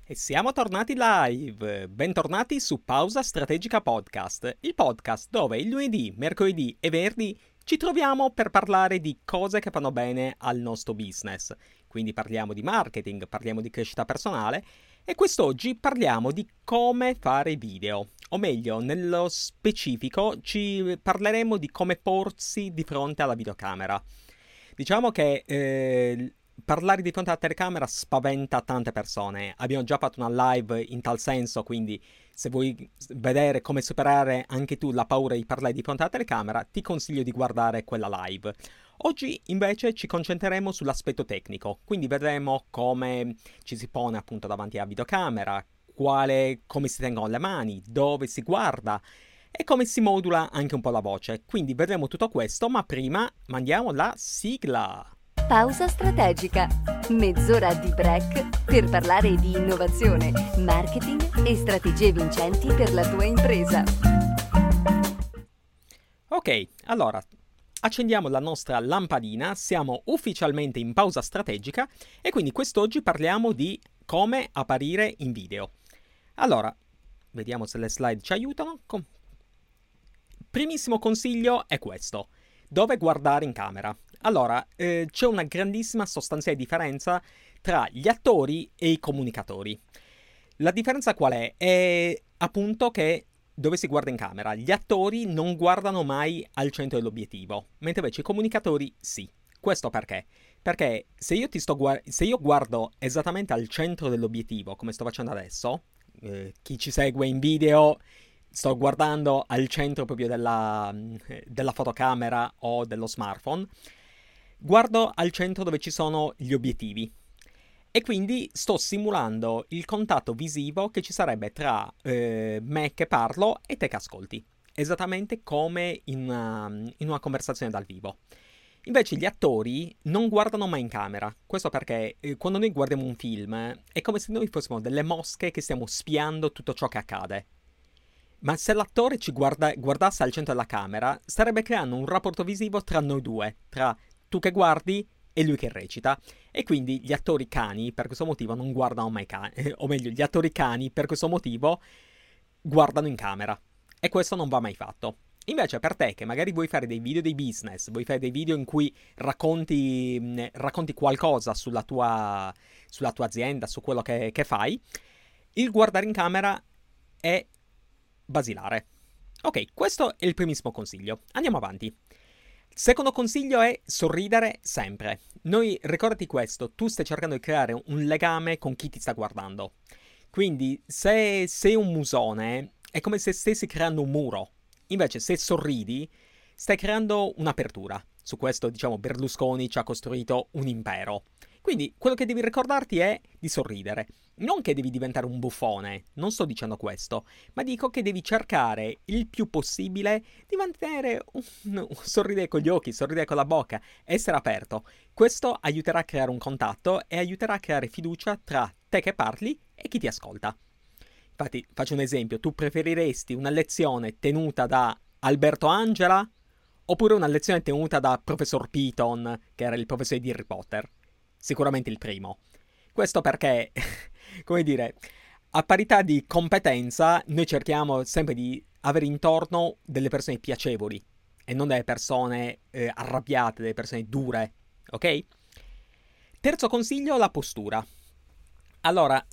E siamo tornati live! Bentornati su Pausa Strategica Podcast, il podcast dove il lunedì, mercoledì e venerdì ci troviamo per parlare di cose che fanno bene al nostro business. Quindi parliamo di marketing, parliamo di crescita personale e quest'oggi parliamo di come fare video. O meglio, nello specifico ci parleremo di come porsi di fronte alla videocamera. Diciamo che parlare di fronte alla telecamera spaventa tante persone. Abbiamo già fatto una live in tal senso, quindi se vuoi vedere come superare anche tu la paura di parlare di fronte alla telecamera, ti consiglio di guardare quella live. Oggi invece ci concentreremo sull'aspetto tecnico, quindi vedremo come ci si pone appunto davanti alla videocamera, come si tengono le mani, dove si guarda e come si modula anche un po' la voce. Quindi vedremo tutto questo, ma prima mandiamo la sigla. Pausa strategica. Mezz'ora di break per parlare di innovazione, marketing e strategie vincenti per la tua impresa. Ok, allora accendiamo la nostra lampadina, siamo ufficialmente in pausa strategica e quindi quest'oggi parliamo di come apparire in video. Allora, vediamo se le slide ci aiutano. Primissimo consiglio è questo: dove guardare in camera. Allora, c'è una grandissima sostanziale differenza tra gli attori e i comunicatori. La differenza qual è? È appunto che dove si guarda in camera, gli attori non guardano mai al centro dell'obiettivo, mentre invece i comunicatori sì. Questo perché? Perché se io guardo esattamente al centro dell'obiettivo, come sto facendo adesso, chi ci segue in video, sto guardando al centro proprio della fotocamera o dello smartphone, guardo al centro dove ci sono gli obiettivi. E quindi sto simulando il contatto visivo che ci sarebbe tra me che parlo e te che ascolti. Esattamente come in una conversazione dal vivo. Invece gli attori non guardano mai in camera. Questo perché quando noi guardiamo un film è come se noi fossimo delle mosche che stiamo spiando tutto ciò che accade. Ma se l'attore ci guardasse al centro della camera, starebbe creando un rapporto visivo tra noi due, tra tu che guardi e lui che recita. E quindi gli attori cani, per questo motivo, non guardano mai cani. O meglio, gli attori cani, per questo motivo, guardano in camera. E questo non va mai fatto. Invece per te, che magari vuoi fare dei video di business, vuoi fare dei video in cui racconti qualcosa sulla tua azienda, su quello che fai, il guardare in camera è basilare. Ok, questo è il primissimo consiglio. Andiamo avanti. Il secondo consiglio è sorridere sempre. Ricordati questo, tu stai cercando di creare un legame con chi ti sta guardando. Quindi se sei un musone, è come se stessi creando un muro. Invece se sorridi, stai creando un'apertura. Su questo, diciamo, Berlusconi ci ha costruito un impero. Quindi quello che devi ricordarti è di sorridere. Non che devi diventare un buffone, non sto dicendo questo, ma dico che devi cercare il più possibile di mantenere un sorridere con gli occhi, sorridere con la bocca, essere aperto. Questo aiuterà a creare un contatto e aiuterà a creare fiducia tra te che parli e chi ti ascolta. Infatti, faccio un esempio, tu preferiresti una lezione tenuta da Alberto Angela oppure una lezione tenuta da Professor Piton, che era il professore di Harry Potter? Sicuramente il primo. Questo perché, come dire, a parità di competenza, noi cerchiamo sempre di avere intorno delle persone piacevoli e non delle persone arrabbiate, delle persone dure, ok? Terzo consiglio, la postura. Allora,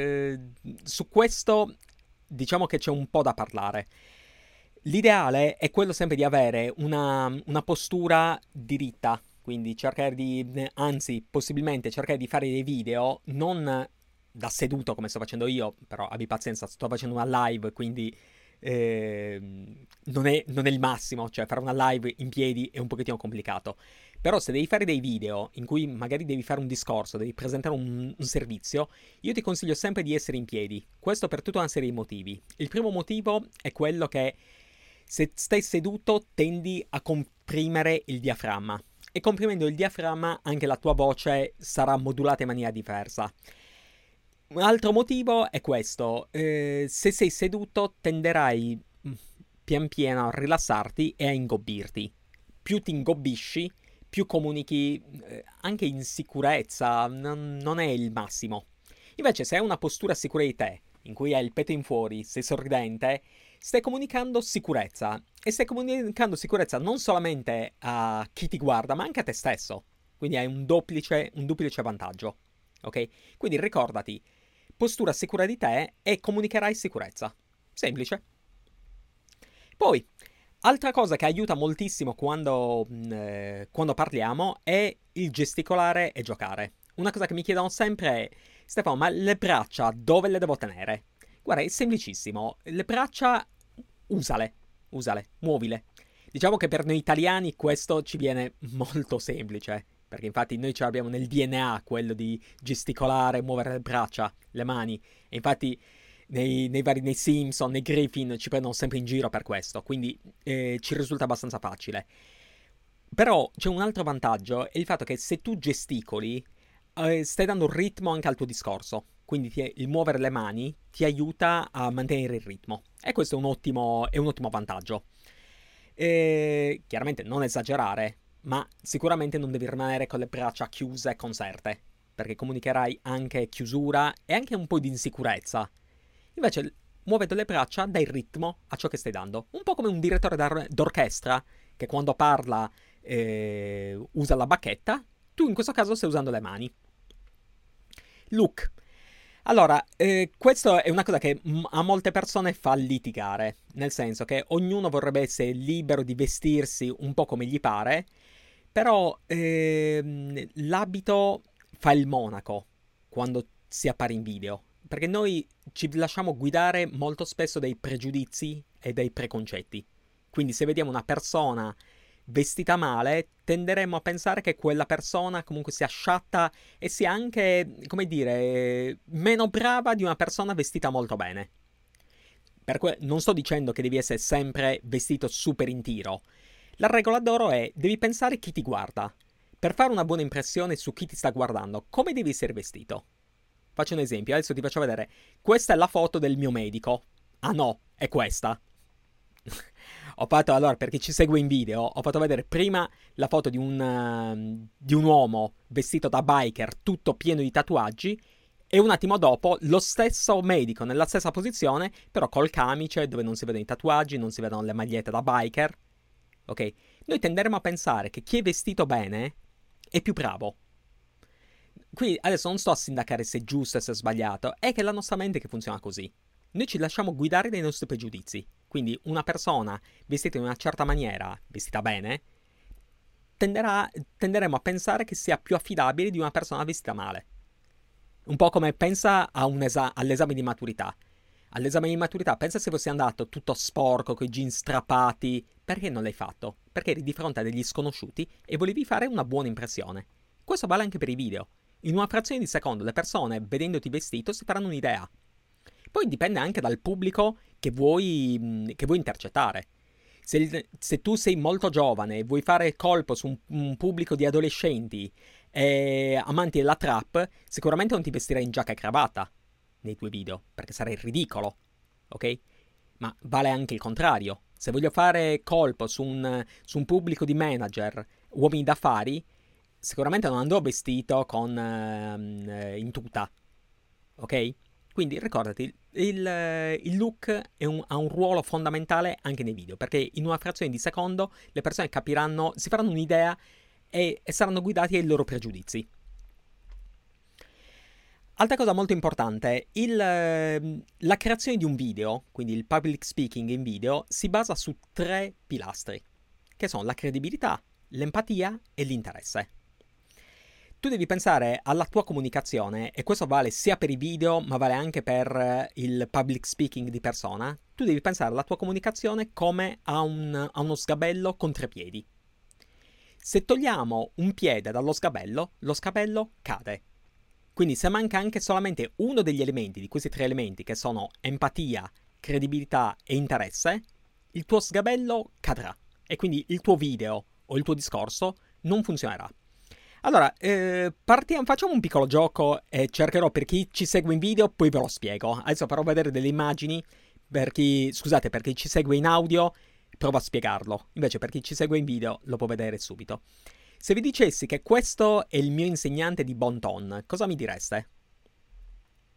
su questo diciamo che c'è un po' da parlare. L'ideale è quello sempre di avere una postura diritta, quindi anzi, possibilmente cercare di fare dei video non da seduto come sto facendo io, però abbi pazienza, sto facendo una live, quindi non è il massimo, cioè fare una live in piedi è un pochettino complicato. Però se devi fare dei video in cui magari devi fare un discorso, devi presentare un servizio, io ti consiglio sempre di essere in piedi. Questo per tutta una serie di motivi. Il primo motivo è quello che se stai seduto tendi a comprimere il diaframma e comprimendo il diaframma anche la tua voce sarà modulata in maniera diversa. Un altro motivo è questo: se sei seduto tenderai pian piano a rilassarti e a ingobbirti. Più ti ingobbisci, più comunichi anche in sicurezza, non è il massimo. Invece se hai una postura sicura di te, in cui hai il petto in fuori, sei sorridente, stai comunicando sicurezza. E stai comunicando sicurezza non solamente a chi ti guarda, ma anche a te stesso. Quindi hai un duplice vantaggio. Ok? Quindi ricordati, postura sicura di te e comunicherai sicurezza. Semplice. Poi, altra cosa che aiuta moltissimo quando parliamo è il gesticolare e giocare. Una cosa che mi chiedono sempre è: Stefano, ma le braccia dove le devo tenere? Guarda, è semplicissimo. Le braccia, usale, muovile. Diciamo che per noi italiani questo ci viene molto semplice, perché infatti noi ce l'abbiamo nel DNA quello di gesticolare, muovere le braccia, le mani. E infatti nei Simpson, nei Griffin ci prendono sempre in giro per questo, quindi ci risulta abbastanza facile. Però c'è un altro vantaggio, è il fatto che se tu gesticoli, stai dando un ritmo anche al tuo discorso. Quindi il muovere le mani ti aiuta a mantenere il ritmo. E questo è un ottimo vantaggio. Chiaramente non esagerare, ma sicuramente non devi rimanere con le braccia chiuse e conserte, perché comunicherai anche chiusura e anche un po' di insicurezza. Invece, muovendo le braccia, dai ritmo a ciò che stai dando. Un po' come un direttore d'orchestra che quando parla usa la bacchetta, tu in questo caso stai usando le mani. Look. Allora, questo è una cosa che a molte persone fa litigare, nel senso che ognuno vorrebbe essere libero di vestirsi un po' come gli pare, però l'abito fa il monaco quando si appare in video, perché noi ci lasciamo guidare molto spesso dai pregiudizi e dai preconcetti. Quindi se vediamo una persona vestita male, tenderemo a pensare che quella persona comunque sia sciatta e sia anche, come dire, meno brava di una persona vestita molto bene. Non sto dicendo che devi essere sempre vestito super in tiro. La regola d'oro è: devi pensare chi ti guarda. Per fare una buona impressione su chi ti sta guardando, come devi essere vestito? Faccio un esempio, adesso ti faccio vedere. Questa è la foto del mio medico. Ah no, è questa. Allora, per chi ci segue in video, ho fatto vedere prima la foto di un uomo vestito da biker, tutto pieno di tatuaggi, e un attimo dopo lo stesso medico nella stessa posizione, però col camice, dove non si vedono i tatuaggi, non si vedono le magliette da biker. Ok? Noi tenderemo a pensare che chi è vestito bene è più bravo. Qui adesso non sto a sindacare se è giusto e se è sbagliato, è che la nostra mente che funziona così. Noi ci lasciamo guidare dai nostri pregiudizi. Quindi una persona vestita in una certa maniera, vestita bene, tenderemo a pensare che sia più affidabile di una persona vestita male. Un po' come pensa all'esame di maturità. All'esame di maturità, pensa se fossi andato tutto sporco, con i jeans strappati. Perché non l'hai fatto? Perché eri di fronte a degli sconosciuti e volevi fare una buona impressione. Questo vale anche per i video. In una frazione di secondo le persone, vedendoti vestito, si faranno un'idea. Poi dipende anche dal pubblico che vuoi intercettare. Se tu sei molto giovane e vuoi fare colpo su un pubblico di adolescenti amanti della trap, sicuramente non ti vestirai in giacca e cravatta nei tuoi video, perché sarei ridicolo, ok? Ma vale anche il contrario. Se voglio fare colpo su un pubblico di manager, uomini d'affari, sicuramente non andrò vestito in tuta, ok? Quindi ricordati, il look ha un ruolo fondamentale anche nei video, perché in una frazione di secondo le persone capiranno, si faranno un'idea e saranno guidati ai loro pregiudizi. Altra cosa molto importante, la creazione di un video, quindi il public speaking in video, si basa su 3 pilastri, che sono la credibilità, l'empatia e l'interesse. Tu devi pensare alla tua comunicazione, e questo vale sia per i video, ma vale anche per il public speaking di persona. Tu devi pensare alla tua comunicazione come a uno sgabello con 3 piedi. Se togliamo un piede dallo sgabello, lo sgabello cade. Quindi se manca anche solamente uno degli elementi, di questi 3 elementi, che sono empatia, credibilità e interesse, il tuo sgabello cadrà. E quindi il tuo video o il tuo discorso non funzionerà. Allora, facciamo un piccolo gioco e cercherò, per chi ci segue in video, poi ve lo spiego. Adesso farò vedere delle immagini, per chi ci segue in audio, provo a spiegarlo. Invece per chi ci segue in video lo può vedere subito. Se vi dicessi che questo è il mio insegnante di bon ton, cosa mi direste?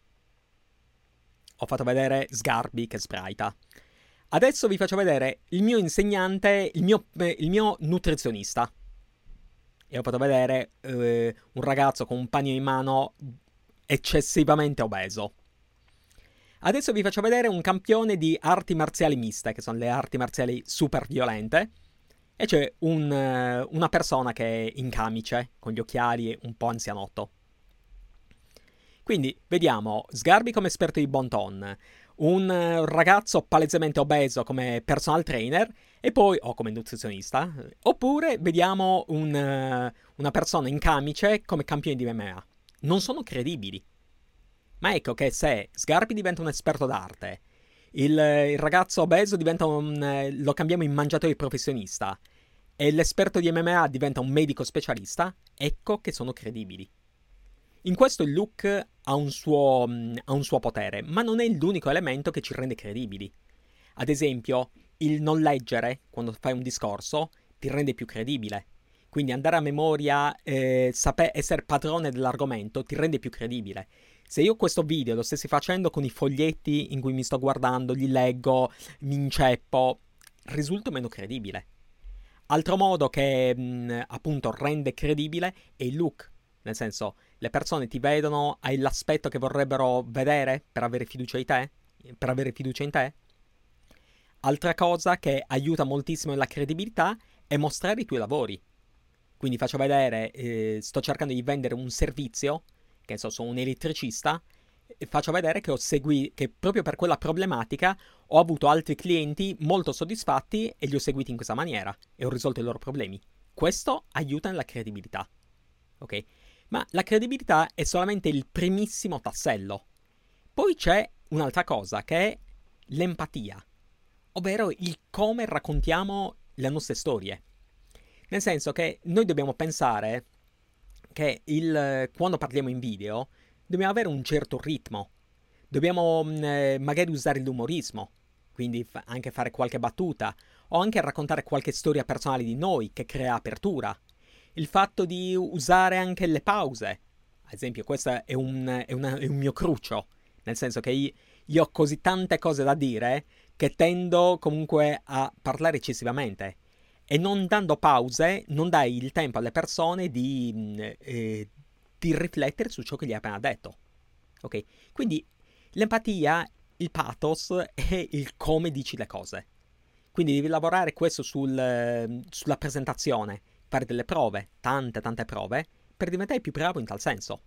ho fatto vedere Sgarbi che sbraita. Adesso vi faccio vedere il mio insegnante, il mio nutrizionista. E ho fatto vedere un ragazzo con un panino in mano eccessivamente obeso. Adesso vi faccio vedere un campione di arti marziali miste, che sono le arti marziali super violente. E c'è una persona che è in camice, con gli occhiali e un po' anzianotto. Quindi vediamo Sgarbi come esperto di bon ton, un ragazzo palesemente obeso come personal trainer e poi, o come nutrizionista, oppure vediamo una persona in camice come campione di MMA. Non sono credibili. Ma ecco che se Sgarbi diventa un esperto d'arte, il ragazzo obeso diventa lo cambiamo in mangiatore professionista e l'esperto di MMA diventa un medico specialista, ecco che sono credibili. In questo il look ha un suo potere, ma non è l'unico elemento che ci rende credibili. Ad esempio, il non leggere quando fai un discorso ti rende più credibile. Quindi andare a memoria, essere padrone dell'argomento ti rende più credibile. Se io questo video lo stessi facendo con i foglietti in cui mi sto guardando, li leggo, mi inceppo, risulto meno credibile. Altro modo che appunto rende credibile è il look. Nel senso, le persone ti vedono, hai l'aspetto che vorrebbero vedere per avere fiducia in te? Altra cosa che aiuta moltissimo nella credibilità è mostrare i tuoi lavori. Quindi faccio vedere, sto cercando di vendere un servizio, che so, sono un elettricista, e faccio vedere che proprio per quella problematica ho avuto altri clienti molto soddisfatti e li ho seguiti in questa maniera e ho risolto i loro problemi. Questo aiuta nella credibilità. Ok? Ma la credibilità è solamente il primissimo tassello. Poi c'è un'altra cosa che è l'empatia, ovvero il come raccontiamo le nostre storie. Nel senso che noi dobbiamo pensare che quando parliamo in video dobbiamo avere un certo ritmo, dobbiamo magari usare l'umorismo, quindi anche fare qualche battuta o anche raccontare qualche storia personale di noi che crea apertura. Il fatto di usare anche le pause, ad esempio questo è un mio cruccio, nel senso che io ho così tante cose da dire che tendo comunque a parlare eccessivamente e non dando pause non dai il tempo alle persone di riflettere su ciò che gli hai appena detto. Ok? Quindi l'empatia, il pathos è il come dici le cose. Quindi devi lavorare questo sulla presentazione, fare delle prove, tante prove, per diventare più bravo in tal senso.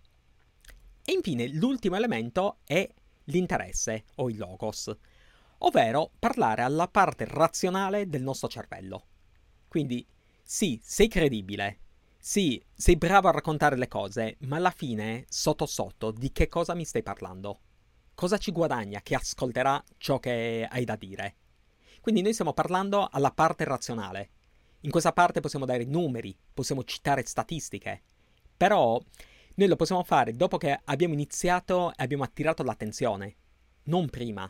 E infine l'ultimo elemento è l'interesse o il logos, ovvero parlare alla parte razionale del nostro cervello. Quindi sì, sei credibile, sì, sei bravo a raccontare le cose, ma alla fine, sotto sotto, di che cosa mi stai parlando? Cosa ci guadagna chi ascolterà ciò che hai da dire? Quindi noi stiamo parlando alla parte razionale. In questa parte possiamo dare numeri, possiamo citare statistiche, però noi lo possiamo fare dopo che abbiamo iniziato e abbiamo attirato l'attenzione, non prima.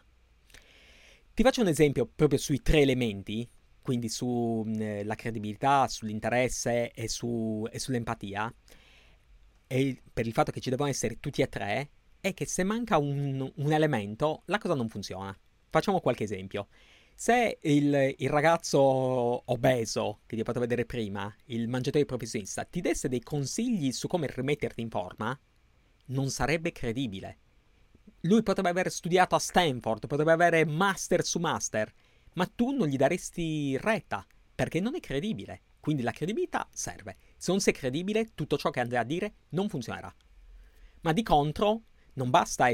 Ti faccio un esempio proprio sui 3 elementi, quindi sulla credibilità, sull'interesse e sull'empatia, e per il fatto che ci devono essere tutti e 3, è che se manca un elemento, la cosa non funziona. Facciamo qualche esempio. Se il ragazzo obeso, che ti ho fatto vedere prima, il mangiatore professionista, ti desse dei consigli su come rimetterti in forma, non sarebbe credibile. Lui potrebbe aver studiato a Stanford, potrebbe avere master su master, ma tu non gli daresti retta, perché non è credibile. Quindi la credibilità serve. Se non sei credibile, tutto ciò che andrai a dire non funzionerà. Ma di contro, non basta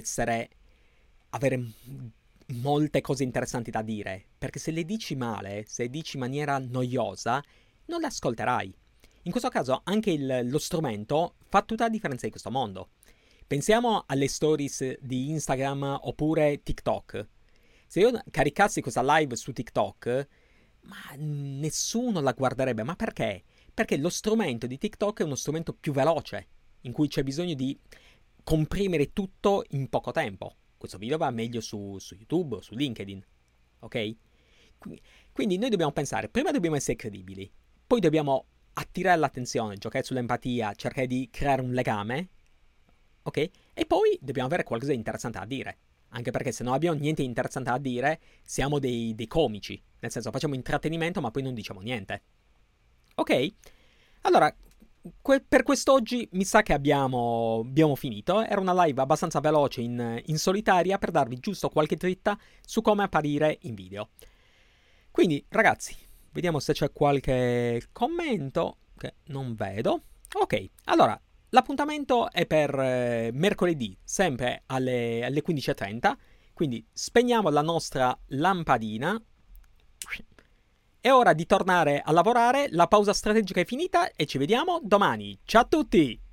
avere molte cose interessanti da dire, perché se le dici male, se le dici in maniera noiosa, non le ascolterai. In questo caso anche lo strumento fa tutta la differenza di questo mondo. Pensiamo alle stories di Instagram oppure TikTok. Se io caricassi questa live su TikTok, ma nessuno la guarderebbe. Ma perché? Perché lo strumento di TikTok è uno strumento più veloce, in cui c'è bisogno di comprimere tutto in poco tempo. Questo video va meglio su YouTube o su LinkedIn, ok? Quindi noi dobbiamo pensare, prima dobbiamo essere credibili, poi dobbiamo attirare l'attenzione, giocare sull'empatia, cercare di creare un legame, ok? E poi dobbiamo avere qualcosa di interessante da dire. Anche perché se non abbiamo niente di interessante da dire, siamo dei comici. Nel senso, facciamo intrattenimento, ma poi non diciamo niente. Ok? Allora, per quest'oggi mi sa che abbiamo finito. Era una live abbastanza veloce in solitaria per darvi giusto qualche dritta su come apparire in video. Quindi, ragazzi, vediamo se c'è qualche commento che non vedo. Ok, allora, l'appuntamento è per mercoledì, sempre alle 15:30. Quindi spegniamo la nostra lampadina. È ora di tornare a lavorare, la pausa strategica è finita e ci vediamo domani. Ciao a tutti!